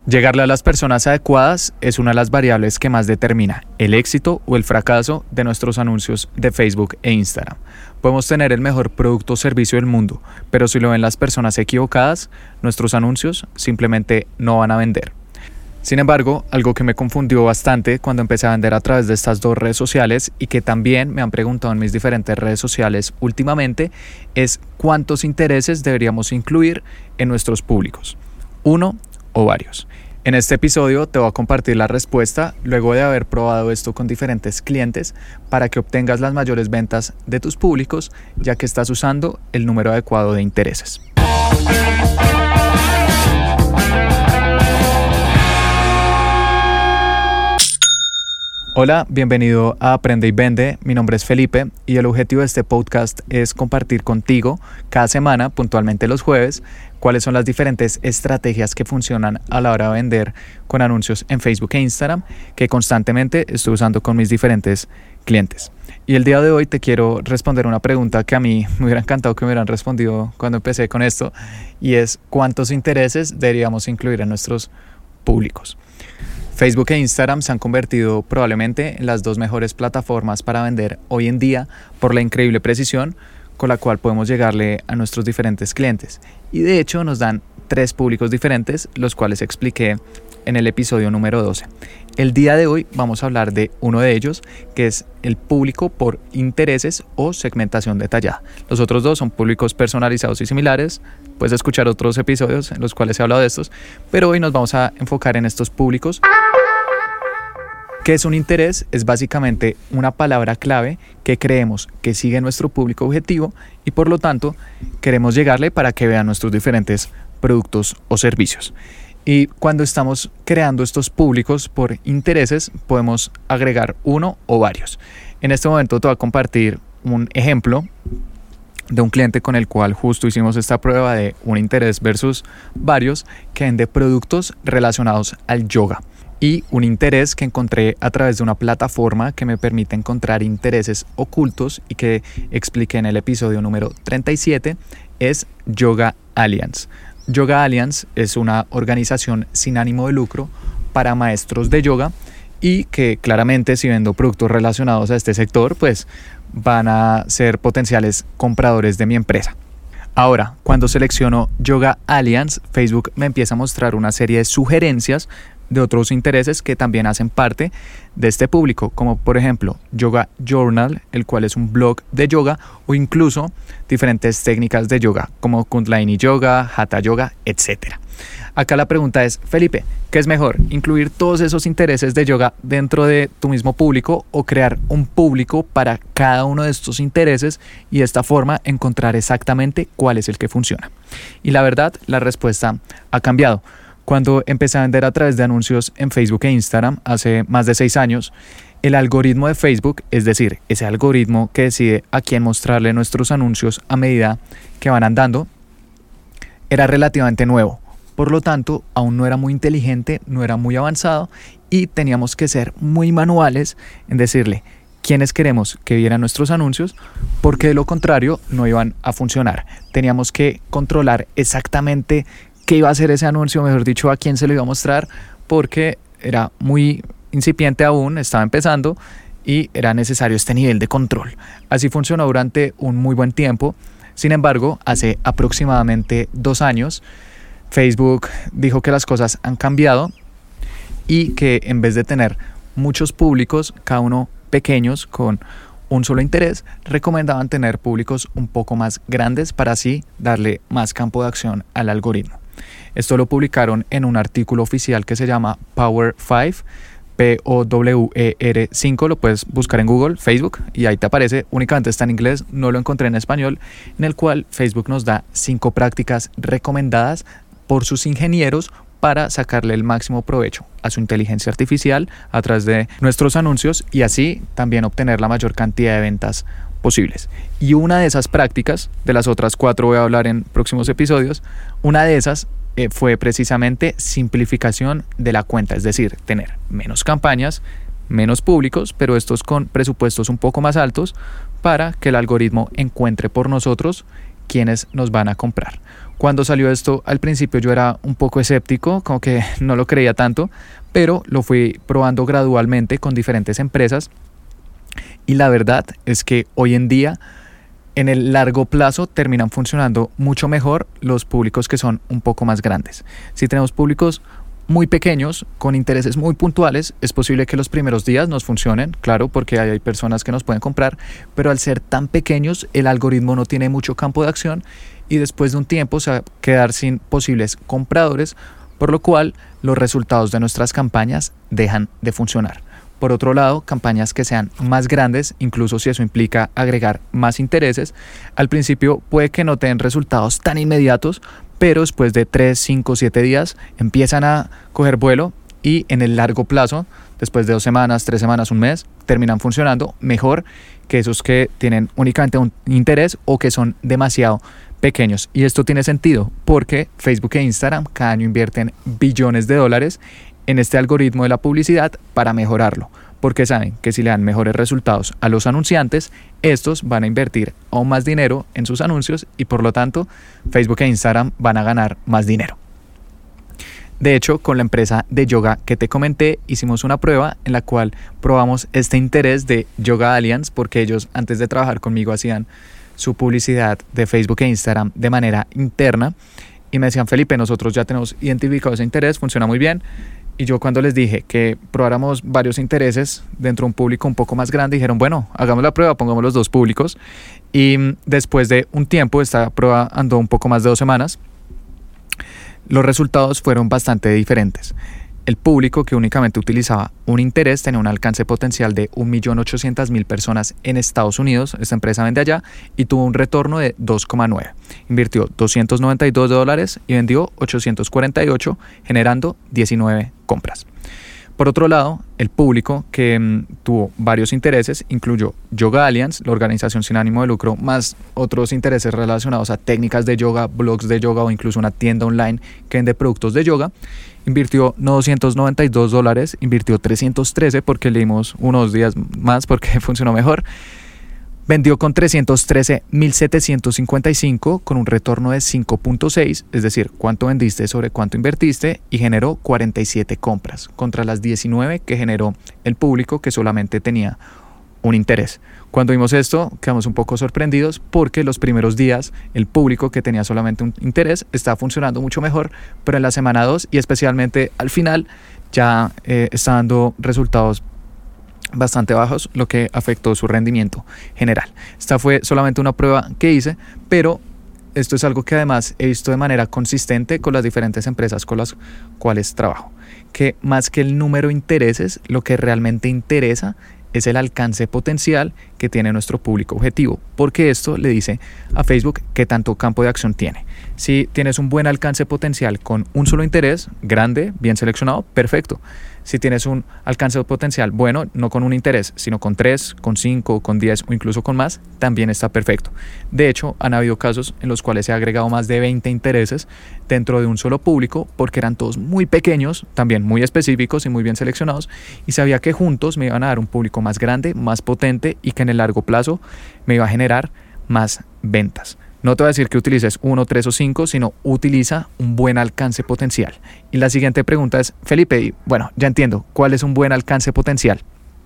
Llegarle a las personas adecuadas es una de las variables que más determina el éxito o el fracaso de nuestros anuncios de Facebook e Instagram. Podemos tener el mejor producto o servicio del mundo, pero si lo ven las personas equivocadas, nuestros anuncios simplemente no van a vender. Sin embargo, algo que me confundió bastante cuando empecé a vender a través de estas dos redes sociales y que también me han preguntado en mis diferentes redes sociales últimamente es cuántos intereses deberíamos incluir en nuestros públicos. ¿Uno o varios? En este episodio te voy a compartir la respuesta luego de haber probado esto con diferentes clientes para que obtengas las mayores ventas de tus públicos, ya que estás usando el número adecuado de intereses. Hola, bienvenido a Aprende y Vende. Mi nombre es Felipe y el objetivo de este podcast es compartir contigo cada semana, puntualmente los jueves, cuáles son las diferentes estrategias que funcionan a la hora de vender con anuncios en Facebook e Instagram que constantemente estoy usando con mis diferentes clientes. Y el día de hoy te quiero responder una pregunta que a mí me hubiera encantado que me hubieran respondido cuando empecé con esto, y es ¿cuántos intereses deberíamos incluir en nuestros públicos? Facebook e Instagram se han convertido probablemente en las dos mejores plataformas para vender hoy en día por la increíble precisión con la cual podemos llegarle a nuestros diferentes clientes. Y de hecho nos dan 3 públicos diferentes, los cuales expliqué en el episodio número 12. El día de hoy vamos a hablar de uno de ellos, que es el público por intereses o segmentación detallada. Los otros dos son públicos personalizados y similares. Puedes escuchar otros episodios en los cuales he hablado de estos, pero hoy nos vamos a enfocar en estos públicos. ¿Qué es un interés? Es básicamente una palabra clave que creemos que sigue nuestro público objetivo y por lo tanto queremos llegarle para que vean nuestros diferentes productos o servicios. Y cuando estamos creando estos públicos por intereses, podemos agregar uno o varios. En este momento te voy a compartir un ejemplo de un cliente con el cual justo hicimos esta prueba de un interés versus varios, que vende productos relacionados al yoga. Y un interés que encontré a través de una plataforma que me permite encontrar intereses ocultos y que expliqué en el episodio número 37 es Yoga Alliance. Yoga Alliance es una organización sin ánimo de lucro para maestros de yoga y que claramente si vendo productos relacionados a este sector pues van a ser potenciales compradores de mi empresa. Ahora, cuando selecciono Yoga Alliance, Facebook me empieza a mostrar una serie de sugerencias de otros intereses que también hacen parte de este público, como por ejemplo Yoga Journal, el cual es un blog de yoga, o incluso diferentes técnicas de yoga como Kundalini Yoga, Hatha Yoga, etc. Acá la pregunta es, Felipe, ¿qué es mejor? ¿Incluir todos esos intereses de yoga dentro de tu mismo público o crear un público para cada uno de estos intereses y de esta forma encontrar exactamente cuál es el que funciona? Y la verdad, la respuesta ha cambiado. Cuando empecé a vender a través de anuncios en Facebook e Instagram hace más de 6 años, el algoritmo de Facebook, es decir, ese algoritmo que decide a quién mostrarle nuestros anuncios a medida que van andando, era relativamente nuevo. Por lo tanto, aún no era muy inteligente, no era muy avanzado y teníamos que ser muy manuales en decirle quiénes queremos que vieran nuestros anuncios, porque de lo contrario no iban a funcionar. Teníamos que controlar exactamente qué iba a hacer ese anuncio, mejor dicho, a quién se lo iba a mostrar, porque era muy incipiente aún, estaba empezando y era necesario este nivel de control. Así funcionó durante un muy buen tiempo. Sin embargo, hace aproximadamente 2 años, Facebook dijo que las cosas han cambiado y que en vez de tener muchos públicos, cada uno pequeños con un solo interés, recomendaban tener públicos un poco más grandes para así darle más campo de acción al algoritmo. Esto lo publicaron en un artículo oficial que se llama Power 5, POWER 5, lo puedes buscar en Google, Facebook, y ahí te aparece, únicamente está en inglés, no lo encontré en español, en el cual Facebook nos da 5 prácticas recomendadas por sus ingenieros para sacarle el máximo provecho a su inteligencia artificial a través de nuestros anuncios y así también obtener la mayor cantidad de ventas posibles. Y una de esas prácticas, de las otras 4 voy a hablar en próximos episodios, una de esas fue precisamente simplificación de la cuenta, es decir, tener menos campañas, menos públicos, pero estos con presupuestos un poco más altos para que el algoritmo encuentre por nosotros quienes nos van a comprar. Cuando salió esto, al principio yo era un poco escéptico, como que no lo creía tanto, pero lo fui probando gradualmente con diferentes empresas y la verdad es que hoy en día en el largo plazo terminan funcionando mucho mejor los públicos que son un poco más grandes. Si tenemos públicos muy pequeños, con intereses muy puntuales, es posible que los primeros días nos funcionen, claro, porque hay personas que nos pueden comprar, pero al ser tan pequeños, el algoritmo no tiene mucho campo de acción y después de un tiempo se va a quedar sin posibles compradores, por lo cual los resultados de nuestras campañas dejan de funcionar. Por otro lado, campañas que sean más grandes, incluso si eso implica agregar más intereses, al principio puede que no te den resultados tan inmediatos, pero después de 3, 5, 7 días empiezan a coger vuelo y en el largo plazo, después de 2 semanas, 3 semanas, un mes, terminan funcionando mejor que esos que tienen únicamente un interés o que son demasiado pequeños. Y esto tiene sentido porque Facebook e Instagram cada año invierten billones de dólares en este algoritmo de la publicidad para mejorarlo, porque saben que si le dan mejores resultados a los anunciantes, estos van a invertir aún más dinero en sus anuncios y por lo tanto Facebook e Instagram van a ganar más dinero. De hecho, con la empresa de yoga que te comenté, hicimos una prueba en la cual probamos este interés de Yoga Alliance, porque ellos antes de trabajar conmigo hacían su publicidad de Facebook e Instagram de manera interna y me decían: Felipe, nosotros ya tenemos identificado ese interés, funciona muy bien. Y yo cuando les dije que probáramos varios intereses dentro de un público un poco más grande, dijeron: bueno, hagamos la prueba, pongamos los 2 públicos. Y después de un tiempo, esta prueba andó un poco más de 2 semanas, los resultados fueron bastante diferentes. El público que únicamente utilizaba un interés tenía un alcance potencial de 1.800.000 personas en Estados Unidos, esta empresa vende allá, y tuvo un retorno de 2,9. Invirtió $292 y vendió 848, generando 19 compras. Por otro lado, el público que tuvo varios intereses incluyó Yoga Alliance, la organización sin ánimo de lucro, más otros intereses relacionados a técnicas de yoga, blogs de yoga o incluso una tienda online que vende productos de yoga. Invirtió no $292, invirtió 313 porque le dimos unos días más porque funcionó mejor. Vendió con 313.755 con un retorno de 5.6, es decir, cuánto vendiste sobre cuánto invertiste, y generó 47 compras contra las 19 que generó el público que solamente tenía un interés. Cuando vimos esto, quedamos un poco sorprendidos porque los primeros días el público que tenía solamente un interés estaba funcionando mucho mejor, pero en la semana 2 y especialmente al final ya está dando resultados bastante bajos, lo que afectó su rendimiento general. Esta fue solamente una prueba que hice, pero esto es algo que además he visto de manera consistente con las diferentes empresas con las cuales trabajo, que más que el número de intereses, lo que realmente interesa es el alcance potencial que tiene nuestro público objetivo, porque esto le dice a Facebook qué tanto campo de acción tiene. Si tienes un buen alcance potencial con un solo interés, grande, bien seleccionado, perfecto. Si tienes un alcance potencial bueno, no con un interés, sino con 3, con 5, con 10 o incluso con más, también está perfecto. De hecho, han habido casos en los cuales se ha agregado más de 20 intereses dentro de un solo público porque eran todos muy pequeños, también muy específicos y muy bien seleccionados, y sabía que juntos me iban a dar un público más grande, más potente y que en el largo plazo me iba a generar más ventas. No te voy a decir que utilices 1, 3 o 5, sino utiliza un buen alcance potencial. Y la siguiente pregunta es: Felipe, bueno, ya entiendo, ¿cuál es un buen alcance potencial?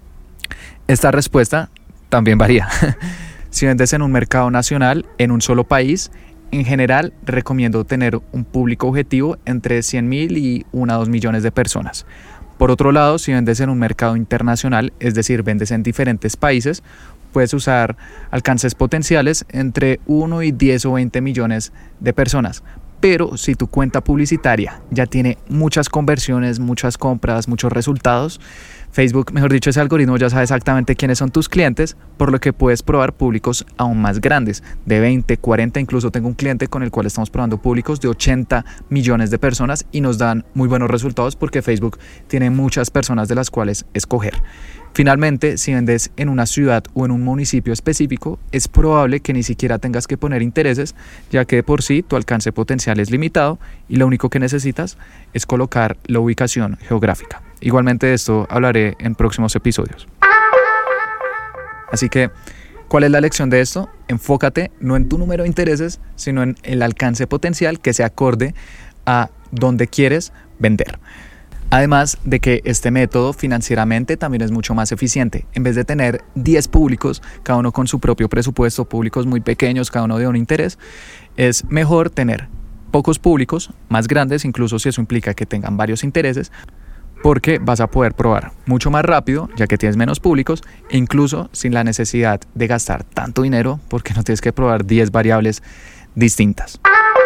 Esta respuesta también varía. Si vendes en un mercado nacional, en un solo país, en general recomiendo tener un público objetivo entre 100,000 y 1 a 2 millones de personas. Por otro lado, si vendes en un mercado internacional, es decir, vendes en diferentes países, puedes usar alcances potenciales entre 1 y 10 o 20 millones de personas. Pero si tu cuenta publicitaria ya tiene muchas conversiones, muchas compras, muchos resultados, Facebook, mejor dicho, ese algoritmo ya sabe exactamente quiénes son tus clientes, por lo que puedes probar públicos aún más grandes, de 20, 40, incluso tengo un cliente con el cual estamos probando públicos de 80 millones de personas y nos dan muy buenos resultados porque Facebook tiene muchas personas de las cuales escoger. Finalmente, si vendes en una ciudad o en un municipio específico, es probable que ni siquiera tengas que poner intereses, ya que de por sí tu alcance potencial es limitado y lo único que necesitas es colocar la ubicación geográfica. Igualmente de esto hablaré en próximos episodios. Así que ¿Cuál es la lección de esto? Enfócate no en tu número de intereses, sino en el alcance potencial que se acorde a donde quieres vender. Además de que este método financieramente también es mucho más eficiente. En vez de tener 10 públicos, cada uno con su propio presupuesto, públicos muy pequeños, cada uno de un interés, es mejor tener pocos públicos, más grandes, incluso si eso implica que tengan varios intereses, porque vas a poder probar mucho más rápido, ya que tienes menos públicos, e incluso sin la necesidad de gastar tanto dinero, porque no tienes que probar 10 variables distintas.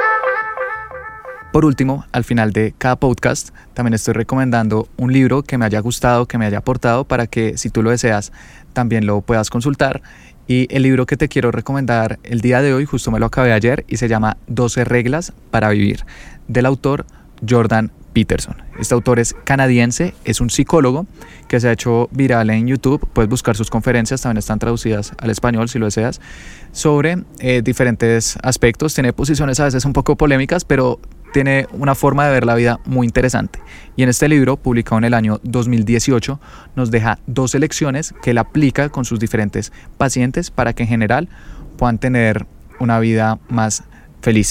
Por último, al final de cada podcast, también estoy recomendando un libro que me haya gustado, que me haya aportado, para que si tú lo deseas, también lo puedas consultar. Y el libro que te quiero recomendar el día de hoy, justo me lo acabé ayer, y se llama 12 reglas para vivir, del autor Jordan Peterson. Este autor es canadiense, es un psicólogo que se ha hecho viral en YouTube. Puedes buscar sus conferencias, también están traducidas al español si lo deseas, sobre diferentes aspectos. Tiene posiciones a veces un poco polémicas, pero tiene una forma de ver la vida muy interesante. Y en este libro, publicado en el año 2018, nos deja 12 lecciones que él aplica con sus diferentes pacientes para que en general puedan tener una vida más feliz.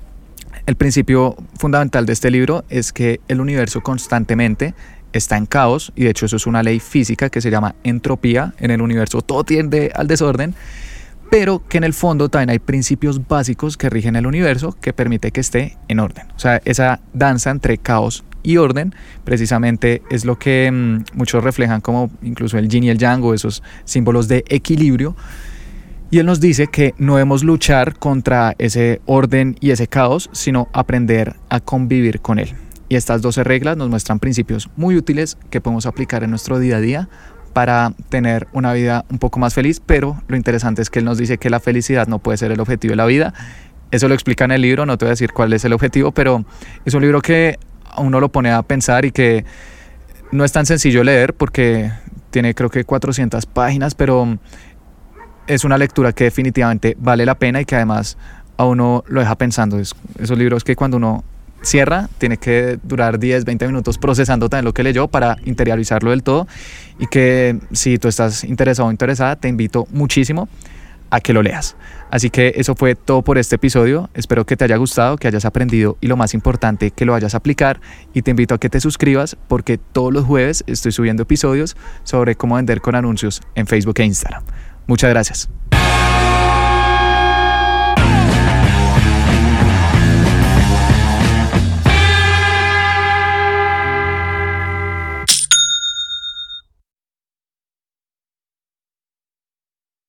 El principio fundamental de este libro es que el universo constantemente está en caos, y de hecho eso es una ley física que se llama entropía. En el universo todo tiende al desorden, pero que en el fondo también hay principios básicos que rigen el universo que permite que esté en orden. O sea, esa danza entre caos y orden precisamente es lo que muchos reflejan como incluso el yin y el yang, o esos símbolos de equilibrio. Y él nos dice que no debemos luchar contra ese orden y ese caos, sino aprender a convivir con él. Y estas 12 reglas nos muestran principios muy útiles que podemos aplicar en nuestro día a día para tener una vida un poco más feliz. Pero lo interesante es que él nos dice que la felicidad no puede ser el objetivo de la vida. Eso lo explica en el libro, no te voy a decir cuál es el objetivo, pero es un libro que a uno lo pone a pensar y que no es tan sencillo leer porque tiene creo que 400 páginas, pero es una lectura que definitivamente vale la pena y que además a uno lo deja pensando. Esos libros que cuando uno cierra tiene que durar 10, 20 minutos procesando también lo que leyó para interiorizarlo del todo, y que si tú estás interesado o interesada, te invito muchísimo a que lo leas. Así que eso fue todo por este episodio. Espero que te haya gustado, que hayas aprendido y lo más importante, que lo vayas a aplicar, y te invito a que te suscribas porque todos los jueves estoy subiendo episodios sobre cómo vender con anuncios en Facebook e Instagram. Muchas gracias.